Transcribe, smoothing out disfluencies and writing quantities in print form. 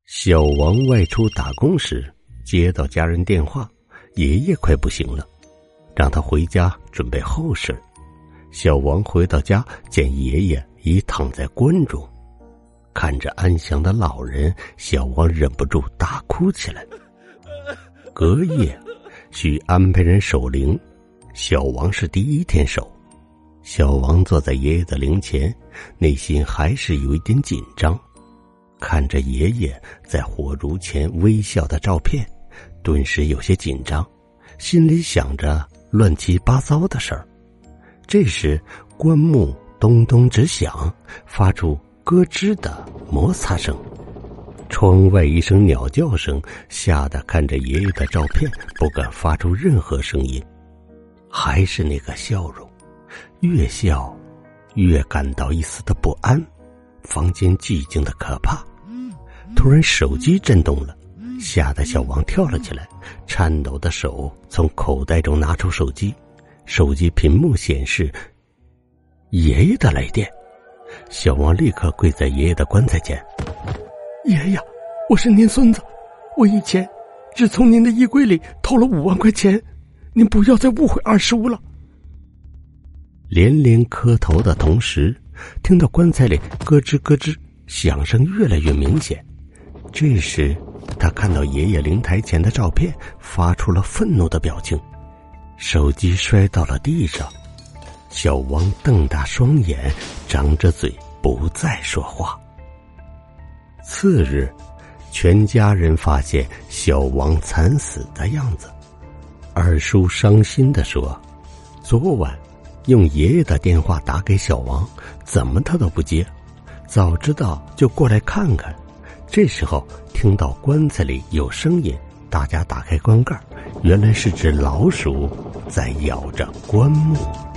小王外出打工时，接到家人电话，爷爷快不行了，让他回家准备后事。小王回到家，见爷爷已躺在棺中，看着安详的老人，小王忍不住大哭起来。隔夜需安排人守灵，小王是第一天守。小王坐在爷爷的灵前，内心还是有一点紧张，看着爷爷在火炉前微笑的照片，顿时有些紧张，心里想着乱七八糟的事儿。这时棺木咚咚直响，发出咯吱的摩擦声。窗外一声鸟叫声，吓得看着爷爷的照片，不敢发出任何声音。还是那个笑容，越笑越感到一丝的不安，房间寂静的可怕。突然手机震动了，吓得小王跳了起来，颤抖的手从口袋中拿出手机，手机屏幕显示爷爷的来电。小王立刻跪在爷爷的棺材前，爷爷，我是您孙子，我以前只从您的衣柜里偷了5万块钱，您不要再误会二叔了。连连磕头的同时，听到棺材里咯吱咯吱响声越来越明显。这时他看到爷爷灵台前的照片，发出了愤怒的表情，手机摔到了地上。小王瞪大双眼，张着嘴不再说话。次日，全家人发现小王惨死的样子。二叔伤心地说，昨晚用爷爷的电话打给小王，怎么他都不接，早知道就过来看看。这时候听到棺材里有声音，大家打开棺盖，原来是只老鼠在咬着棺木。